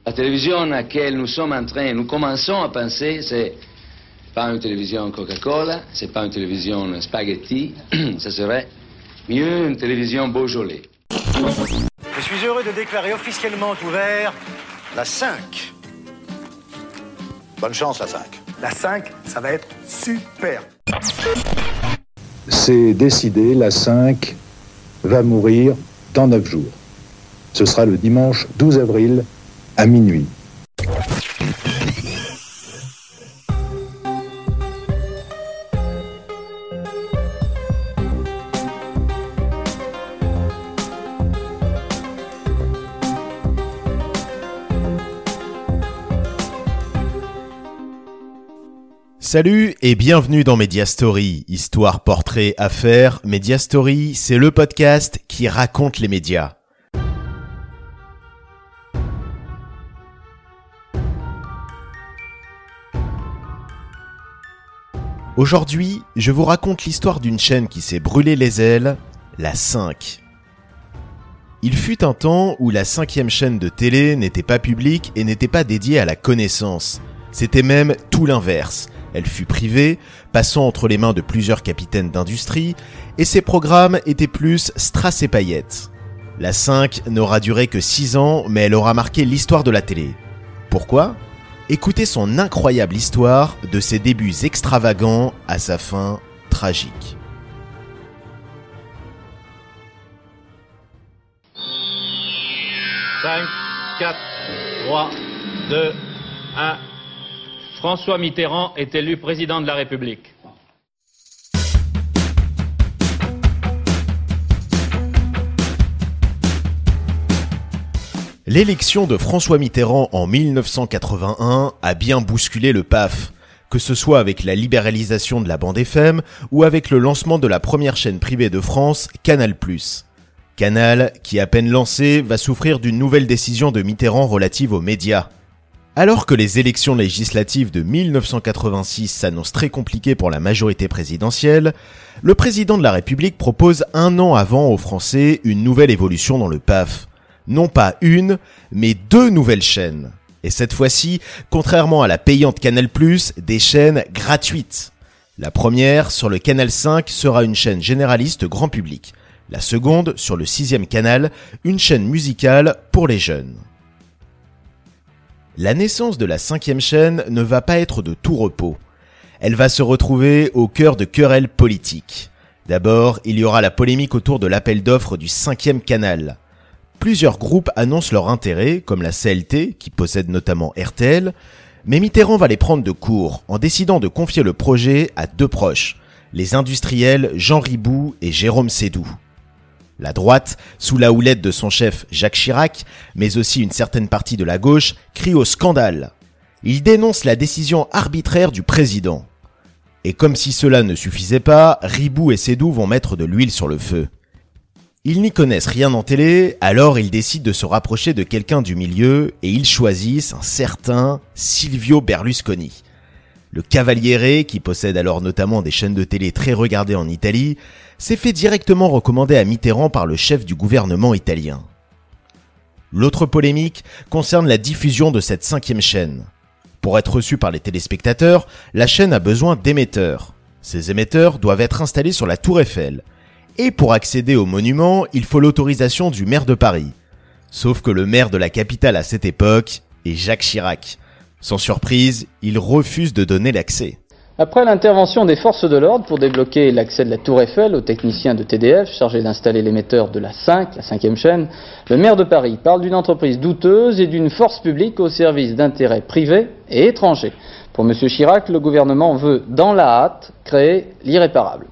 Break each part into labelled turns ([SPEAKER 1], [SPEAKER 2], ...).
[SPEAKER 1] La télévision à laquelle nous commençons à penser, c'est pas une télévision Coca-Cola, c'est pas une télévision spaghetti, ça serait mieux une télévision Beaujolais.
[SPEAKER 2] Je suis heureux de déclarer officiellement ouvert la 5.
[SPEAKER 3] Bonne chance, la 5.
[SPEAKER 2] La 5, ça va être super.
[SPEAKER 4] C'est décidé, la 5 va mourir dans 9 jours. Ce sera le dimanche 12 avril à minuit.
[SPEAKER 5] Salut et bienvenue dans Media Story, histoire, portrait, affaires. Media Story, c'est le podcast qui raconte les médias. Aujourd'hui, je vous raconte l'histoire d'une chaîne qui s'est brûlé les ailes, la 5. Il fut un temps où la 5e chaîne de télé n'était pas publique et n'était pas dédiée à la connaissance. C'était même tout l'inverse. Elle fut privée, passant entre les mains de plusieurs capitaines d'industrie, et ses programmes étaient plus strass et paillettes. La 5 n'aura duré que 6 ans, mais elle aura marqué l'histoire de la télé. Pourquoi ? Écoutez son incroyable histoire, de ses débuts extravagants à sa fin tragique. «
[SPEAKER 6] 5, 4, 3, 2, 1... François Mitterrand est élu président de la République.
[SPEAKER 5] L'élection de François Mitterrand en 1981 a bien bousculé le PAF, que ce soit avec la libéralisation de la bande FM ou avec le lancement de la première chaîne privée de France, Canal+. Canal, qui à peine lancé, va souffrir d'une nouvelle décision de Mitterrand relative aux médias. Alors que les élections législatives de 1986 s'annoncent très compliquées pour la majorité présidentielle, le président de la République propose un an avant aux Français une nouvelle évolution dans le PAF. Non pas une, mais 2 nouvelles chaînes. Et cette fois-ci, contrairement à la payante Canal+, des chaînes gratuites. La première, sur le Canal 5, sera une chaîne généraliste grand public. La seconde, sur le 6e canal, une chaîne musicale pour les jeunes. La naissance de la 5e chaîne ne va pas être de tout repos. Elle va se retrouver au cœur de querelles politiques. D'abord, il y aura la polémique autour de l'appel d'offres du 5e canal. Plusieurs groupes annoncent leur intérêt, comme la CLT, qui possède notamment RTL, mais Mitterrand va les prendre de court en décidant de confier le projet à 2 proches, les industriels Jean Ribou et Jérôme Sédou. La droite, sous la houlette de son chef Jacques Chirac, mais aussi une certaine partie de la gauche, crie au scandale. Ils dénoncent la décision arbitraire du président. Et comme si cela ne suffisait pas, Ribou et Sédou vont mettre de l'huile sur le feu. Ils n'y connaissent rien en télé, alors ils décident de se rapprocher de quelqu'un du milieu et ils choisissent un certain Silvio Berlusconi. Le Cavaliere, qui possède alors notamment des chaînes de télé très regardées en Italie, s'est fait directement recommander à Mitterrand par le chef du gouvernement italien. L'autre polémique concerne la diffusion de cette 5e chaîne. Pour être reçue par les téléspectateurs, la chaîne a besoin d'émetteurs. Ces émetteurs doivent être installés sur la Tour Eiffel. Et pour accéder au monument, il faut l'autorisation du maire de Paris. Sauf que le maire de la capitale à cette époque est Jacques Chirac. Sans surprise, il refuse de donner l'accès.
[SPEAKER 7] Après l'intervention des forces de l'ordre pour débloquer l'accès de la Tour Eiffel aux techniciens de TDF chargés d'installer l'émetteur de la 5, la 5e chaîne, le maire de Paris parle d'une entreprise douteuse et d'une force publique au service d'intérêts privés et étrangers. Pour M. Chirac, le gouvernement veut, dans la hâte, créer l'irréparable.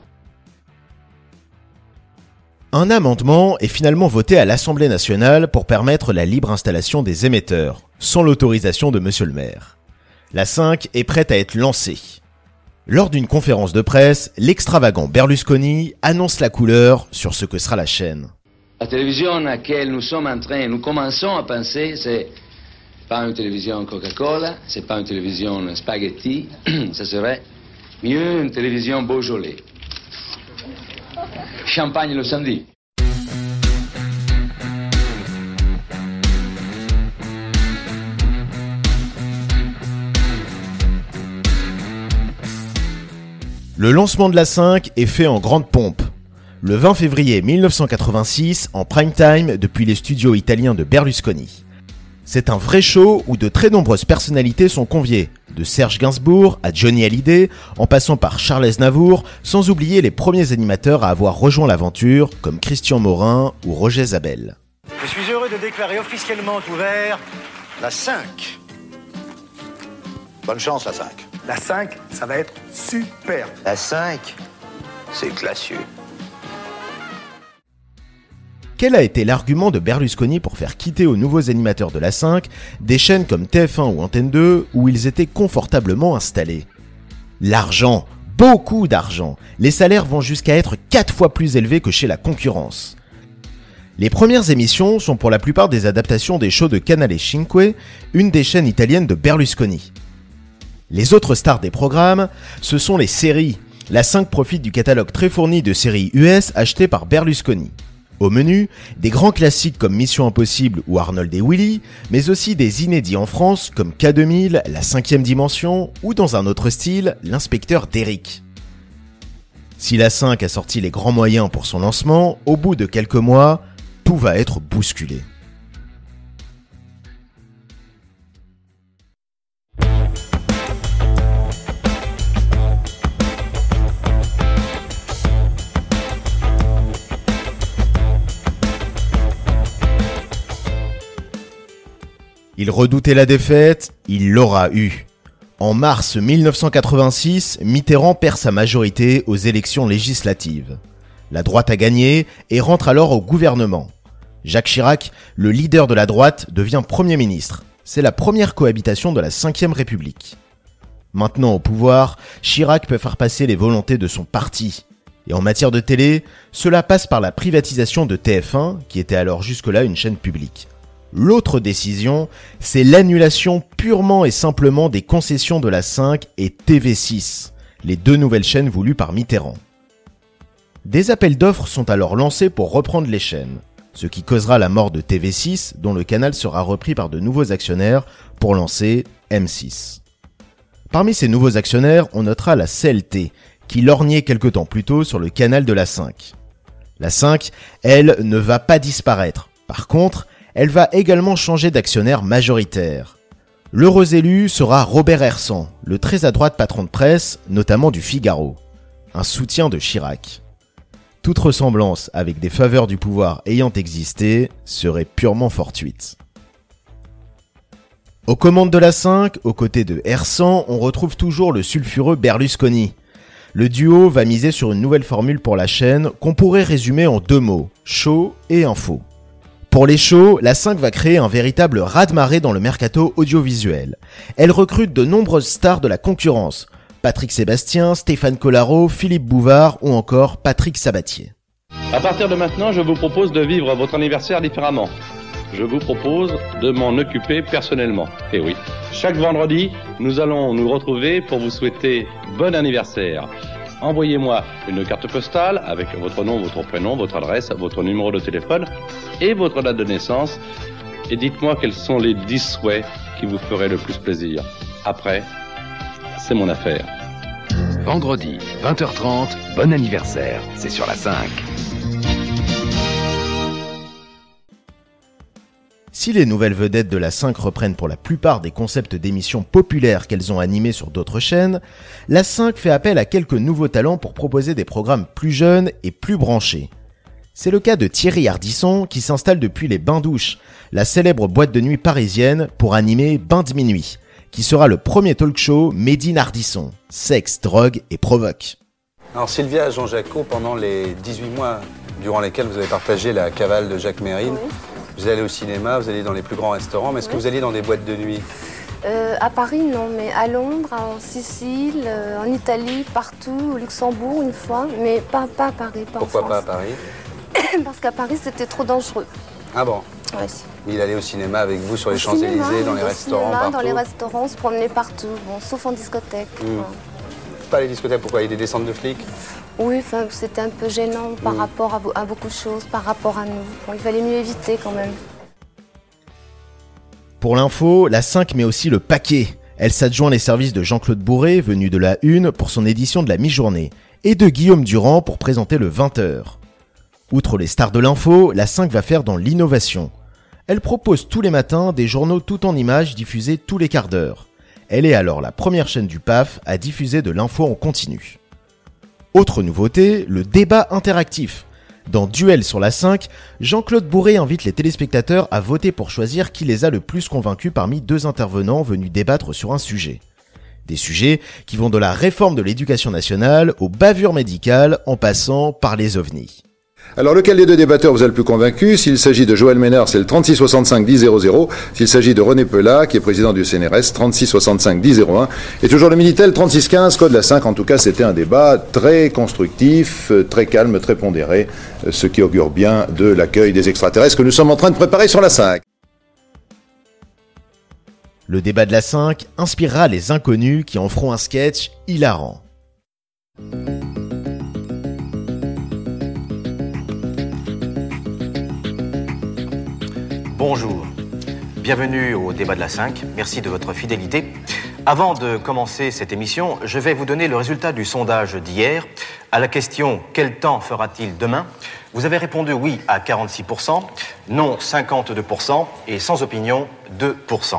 [SPEAKER 5] Un amendement est finalement voté à l'Assemblée nationale pour permettre la libre installation des émetteurs, sans l'autorisation de monsieur le maire. La 5 est prête à être lancée. Lors d'une conférence de presse, l'extravagant Berlusconi annonce la couleur sur ce que sera la chaîne.
[SPEAKER 1] La télévision à laquelle nous commençons à penser, c'est pas une télévision Coca-Cola, c'est pas une télévision spaghetti, ça serait mieux une télévision Beaujolais. Champagne le samedi.
[SPEAKER 5] Le lancement de la 5 est fait en grande pompe. Le 20 février 1986, en prime time depuis les studios italiens de Berlusconi. C'est un vrai show où de très nombreuses personnalités sont conviées, de Serge Gainsbourg à Johnny Hallyday, en passant par Charles Aznavour, sans oublier les premiers animateurs à avoir rejoint l'aventure, comme Christian Morin ou Roger Zabel.
[SPEAKER 2] Je suis heureux de déclarer officiellement ouvert la 5.
[SPEAKER 3] Bonne chance, la 5.
[SPEAKER 8] La 5, ça va être super.
[SPEAKER 9] La 5, c'est classieux.
[SPEAKER 5] Quel a été l'argument de Berlusconi pour faire quitter aux nouveaux animateurs de la 5 des chaînes comme TF1 ou Antenne 2 où ils étaient confortablement installés? L'argent, beaucoup d'argent. Les salaires vont jusqu'à être 4 fois plus élevés que chez la concurrence. Les premières émissions sont pour la plupart des adaptations des shows de Canale 5, une des chaînes italiennes de Berlusconi. Les autres stars des programmes, ce sont les séries. La 5 profite du catalogue très fourni de séries US achetées par Berlusconi. Au menu, des grands classiques comme Mission Impossible ou Arnold et Willy, mais aussi des inédits en France comme K2000, La 5e Dimension ou dans un autre style, L'Inspecteur Derrick. Si la 5 a sorti les grands moyens pour son lancement, au bout de quelques mois, tout va être bousculé. Il redoutait la défaite, il l'aura eue. En mars 1986, Mitterrand perd sa majorité aux élections législatives. La droite a gagné et rentre alors au gouvernement. Jacques Chirac, le leader de la droite, devient Premier ministre. C'est la première cohabitation de la 5e République. Maintenant au pouvoir, Chirac peut faire passer les volontés de son parti. Et en matière de télé, cela passe par la privatisation de TF1, qui était alors jusque-là une chaîne publique. L'autre décision, c'est l'annulation purement et simplement des concessions de la 5 et TV6, les deux nouvelles chaînes voulues par Mitterrand. Des appels d'offres sont alors lancés pour reprendre les chaînes, ce qui causera la mort de TV6, dont le canal sera repris par de nouveaux actionnaires pour lancer M6. Parmi ces nouveaux actionnaires, on notera la CLT, qui lorgnait quelque temps plus tôt sur le canal de la 5. La 5, elle, ne va pas disparaître. Par contre, elle va également changer d'actionnaire majoritaire. L'heureux élu sera Robert Hersant, le très à droite patron de presse, notamment du Figaro. Un soutien de Chirac. Toute ressemblance avec des faveurs du pouvoir ayant existé serait purement fortuite. Aux commandes de la 5, aux côtés de Hersant, on retrouve toujours le sulfureux Berlusconi. Le duo va miser sur une nouvelle formule pour la chaîne qu'on pourrait résumer en 2 mots, show et info. Pour les shows, la 5 va créer un véritable raz-de-marée dans le mercato audiovisuel. Elle recrute de nombreuses stars de la concurrence. Patrick Sébastien, Stéphane Collaro, Philippe Bouvard ou encore Patrick Sabatier.
[SPEAKER 10] À partir de maintenant, je vous propose de vivre votre anniversaire différemment. Je vous propose de m'en occuper personnellement. Et oui, chaque vendredi, nous allons nous retrouver pour vous souhaiter bon anniversaire. Envoyez-moi une carte postale avec votre nom, votre prénom, votre adresse, votre numéro de téléphone et votre date de naissance. Et dites-moi quels sont les 10 souhaits qui vous feraient le plus plaisir. Après, c'est mon affaire.
[SPEAKER 11] Vendredi, 20h30, bon anniversaire. C'est sur la 5.
[SPEAKER 5] Si les nouvelles vedettes de la 5 reprennent pour la plupart des concepts d'émissions populaires qu'elles ont animés sur d'autres chaînes, la 5 fait appel à quelques nouveaux talents pour proposer des programmes plus jeunes et plus branchés. C'est le cas de Thierry Ardisson qui s'installe depuis les Bains-Douches, la célèbre boîte de nuit parisienne pour animer Bain de minuit, qui sera le premier talk show Made in Ardisson, sexe, drogue et provoque.
[SPEAKER 12] Alors Sylvia Jean-Jacot, pendant les 18 mois durant lesquels vous avez partagé la cavale de Jacques Mérine, oui. Vous allez au cinéma, vous allez dans les plus grands restaurants, mais est-ce que vous alliez dans des boîtes de nuit?
[SPEAKER 13] À Paris, non, mais à Londres, en Sicile, en Italie, partout, au Luxembourg une fois, mais pas à Paris.
[SPEAKER 12] Pourquoi pas à Paris?
[SPEAKER 13] Parce qu'à Paris, c'était trop dangereux.
[SPEAKER 12] Ah bon?
[SPEAKER 13] Oui.
[SPEAKER 12] Il allait au cinéma avec vous sur les Champs-Élysées, dans les restaurants, partout?
[SPEAKER 13] Dans les restaurants, on se promenait partout, bon, sauf en discothèque.
[SPEAKER 12] Pas les discothèques, pourquoi? Il y a des descentes de flics?
[SPEAKER 13] Oui, c'était un peu gênant par rapport à beaucoup de choses, par rapport à nous. Bon, il fallait mieux éviter quand même.
[SPEAKER 5] Pour l'info, la 5 met aussi le paquet. Elle s'adjoint les services de Jean-Claude Bourré, venu de la Une, pour son édition de la mi-journée, et de Guillaume Durand pour présenter le 20h. Outre les stars de l'info, la 5 va faire dans l'innovation. Elle propose tous les matins des journaux tout en images diffusés tous les quarts d'heure. Elle est alors la première chaîne du PAF à diffuser de l'info en continu. Autre nouveauté, le débat interactif. Dans Duel sur la 5, Jean-Claude Bourré invite les téléspectateurs à voter pour choisir qui les a le plus convaincus parmi deux intervenants venus débattre sur un sujet. Des sujets qui vont de la réforme de l'éducation nationale aux bavures médicales en passant par les ovnis.
[SPEAKER 4] Alors, lequel des deux débatteurs vous a le plus convaincu? S'il s'agit de Joël Ménard, c'est le 36 65 10 00. S'il s'agit de René Pelat, qui est président du CNRS, 36 65 10 01. Et toujours le Minitel, 36 15, code la 5. En tout cas, c'était un débat très constructif, très calme, très pondéré, ce qui augure bien de l'accueil des extraterrestres que nous sommes en train de préparer sur la 5.
[SPEAKER 5] Le débat de la 5 inspirera les inconnus qui en feront un sketch hilarant.
[SPEAKER 14] Bonjour, bienvenue au débat de la 5, merci de votre fidélité. Avant de commencer cette émission, je vais vous donner le résultat du sondage d'hier. À la question « Quel temps fera-t-il demain ?», vous avez répondu oui à 46%, non 52% et sans opinion 2%.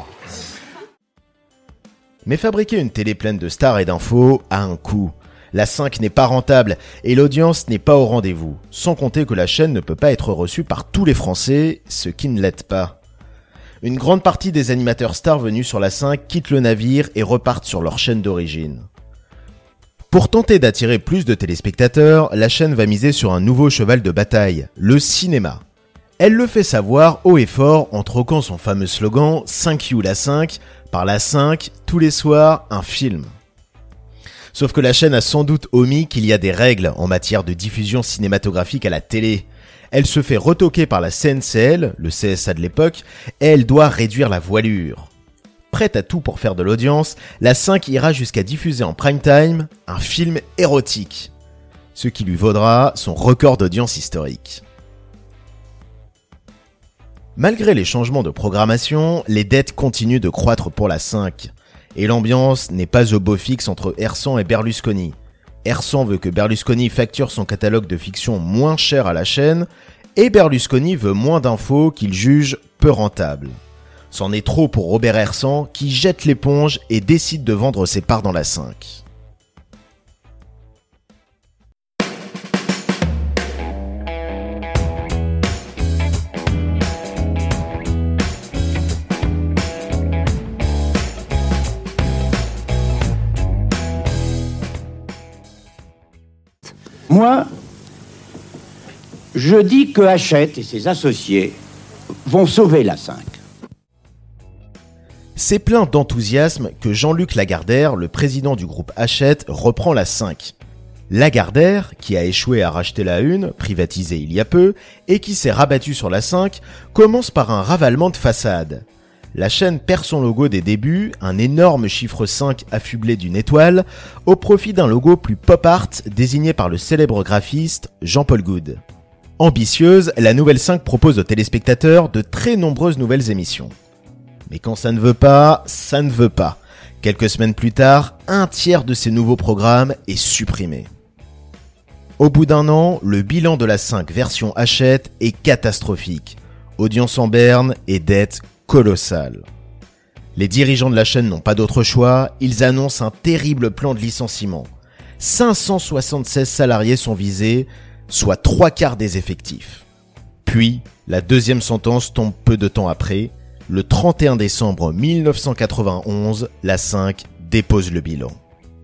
[SPEAKER 5] Mais fabriquer une télé pleine de stars et d'infos a un coût. La 5 n'est pas rentable et l'audience n'est pas au rendez-vous, sans compter que la chaîne ne peut pas être reçue par tous les Français, ce qui ne l'aide pas. Une grande partie des animateurs stars venus sur la 5 quittent le navire et repartent sur leur chaîne d'origine. Pour tenter d'attirer plus de téléspectateurs, la chaîne va miser sur un nouveau cheval de bataille, le cinéma. Elle le fait savoir haut et fort en troquant son fameux slogan « 5U la 5 » par la 5, tous les soirs, un film. Sauf que la chaîne a sans doute omis qu'il y a des règles en matière de diffusion cinématographique à la télé. Elle se fait retoquer par la CNCL, le CSA de l'époque, et elle doit réduire la voilure. Prête à tout pour faire de l'audience, la 5 ira jusqu'à diffuser en prime time un film érotique, ce qui lui vaudra son record d'audience historique. Malgré les changements de programmation, les dettes continuent de croître pour la 5. Et l'ambiance n'est pas au beau fixe entre Hersant et Berlusconi. Hersant veut que Berlusconi facture son catalogue de fiction moins cher à la chaîne, et Berlusconi veut moins d'infos qu'il juge peu rentables. C'en est trop pour Robert Hersant qui jette l'éponge et décide de vendre ses parts dans la 5.
[SPEAKER 15] Moi, je dis que Hachette et ses associés vont sauver la 5.
[SPEAKER 5] C'est plein d'enthousiasme que Jean-Luc Lagardère, le président du groupe Hachette, reprend la 5. Lagardère, qui a échoué à racheter la Une, privatisée il y a peu, et qui s'est rabattu sur la 5, commence par un ravalement de façade. La chaîne perd son logo des débuts, un énorme chiffre 5 affublé d'une étoile, au profit d'un logo plus pop art désigné par le célèbre graphiste Jean-Paul Goude. Ambitieuse, la Nouvelle 5 propose aux téléspectateurs de très nombreuses nouvelles émissions. Mais quand ça ne veut pas, ça ne veut pas. Quelques semaines plus tard, un tiers de ces nouveaux programmes est supprimé. Au bout d'un an, le bilan de la 5 version Hachette est catastrophique. Audience en berne et dette colossale. Les dirigeants de la chaîne n'ont pas d'autre choix, ils annoncent un terrible plan de licenciement. 576 salariés sont visés, soit 3/4 des effectifs. Puis, la deuxième sentence tombe peu de temps après. Le 31 décembre 1991, la 5 dépose le bilan.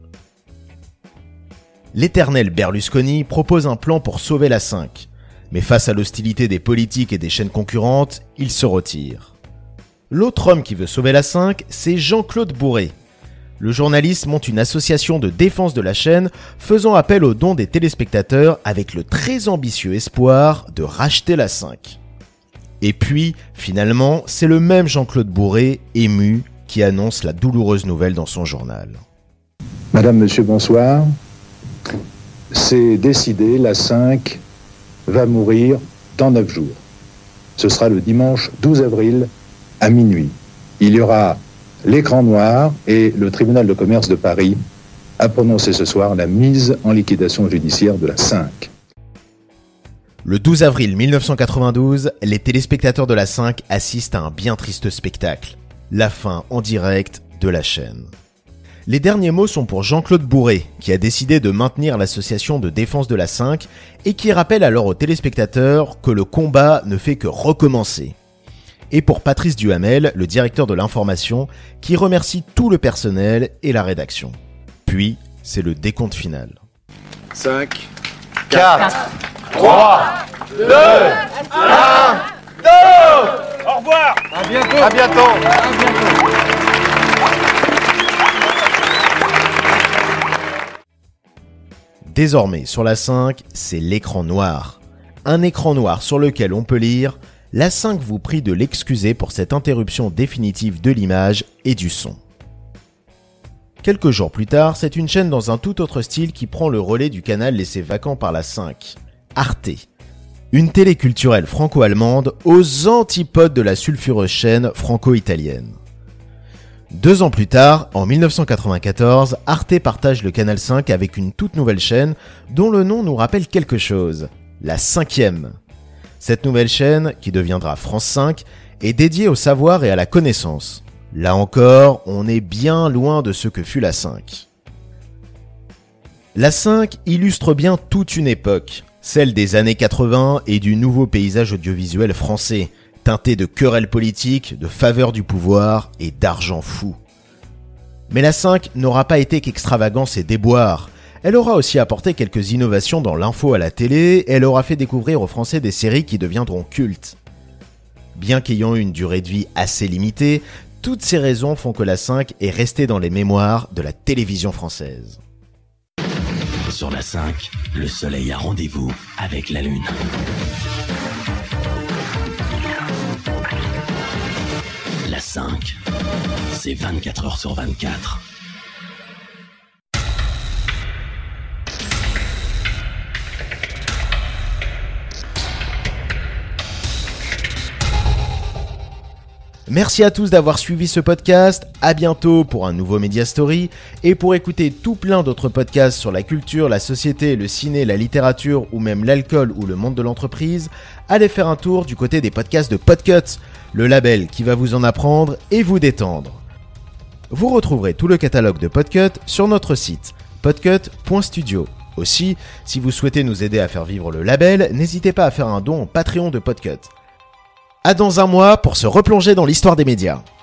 [SPEAKER 5] L'éternel Berlusconi propose un plan pour sauver la 5. Mais face à l'hostilité des politiques et des chaînes concurrentes, il se retire. L'autre homme qui veut sauver la 5, c'est Jean-Claude Bourré. Le journaliste monte une association de défense de la chaîne faisant appel aux dons des téléspectateurs avec le très ambitieux espoir de racheter la 5. Et puis, finalement, c'est le même Jean-Claude Bourré, ému, qui annonce la douloureuse nouvelle dans son journal.
[SPEAKER 4] Madame, monsieur, bonsoir. C'est décidé, la 5 va mourir dans 9 jours. Ce sera le dimanche 12 avril à minuit. Il y aura l'écran noir et le tribunal de commerce de Paris a prononcé ce soir la mise en liquidation judiciaire de la 5.
[SPEAKER 5] Le 12 avril 1992, les téléspectateurs de la 5 assistent à un bien triste spectacle. La fin en direct de la chaîne. Les derniers mots sont pour Jean-Claude Bourré, qui a décidé de maintenir l'association de défense de la 5 et qui rappelle alors aux téléspectateurs que le combat ne fait que recommencer. Et pour Patrice Duhamel, le directeur de l'information, qui remercie tout le personnel et la rédaction. Puis, c'est le décompte final.
[SPEAKER 3] 5,
[SPEAKER 2] 4, 3, 2, 1, 2. Au revoir. À bientôt. À bientôt.
[SPEAKER 5] Désormais, sur la 5, c'est l'écran noir. Un écran noir sur lequel on peut lire « La 5 vous prie de l'excuser pour cette interruption définitive de l'image et du son ». Quelques jours plus tard, c'est une chaîne dans un tout autre style qui prend le relais du canal laissé vacant par la 5, Arte. Une télé culturelle franco-allemande aux antipodes de la sulfureuse chaîne franco-italienne. 2 ans plus tard, en 1994, Arte partage le canal 5 avec une toute nouvelle chaîne dont le nom nous rappelle quelque chose, la 5e. Cette nouvelle chaîne, qui deviendra France 5, est dédiée au savoir et à la connaissance. Là encore, on est bien loin de ce que fut la 5. La 5 illustre bien toute une époque, celle des années 80 et du nouveau paysage audiovisuel français, teinté de querelles politiques, de faveurs du pouvoir et d'argent fou. Mais la 5 n'aura pas été qu'extravagance et déboire. Elle aura aussi apporté quelques innovations dans l'info à la télé, et elle aura fait découvrir aux Français des séries qui deviendront cultes. Bien qu'ayant eu une durée de vie assez limitée, toutes ces raisons font que la 5 est restée dans les mémoires de la télévision française.
[SPEAKER 16] Sur la 5, le soleil a rendez-vous avec la lune. La 5, c'est 24 heures sur 24.
[SPEAKER 5] Merci à tous d'avoir suivi ce podcast, à bientôt pour un nouveau Media Story, et pour écouter tout plein d'autres podcasts sur la culture, la société, le ciné, la littérature ou même l'alcool ou le monde de l'entreprise, allez faire un tour du côté des podcasts de Podcut, le label qui va vous en apprendre et vous détendre. Vous retrouverez tout le catalogue de Podcut sur notre site, podcut.studio. Aussi, si vous souhaitez nous aider à faire vivre le label, n'hésitez pas à faire un don au Patreon de Podcut. À dans un mois pour se replonger dans l'histoire des médias.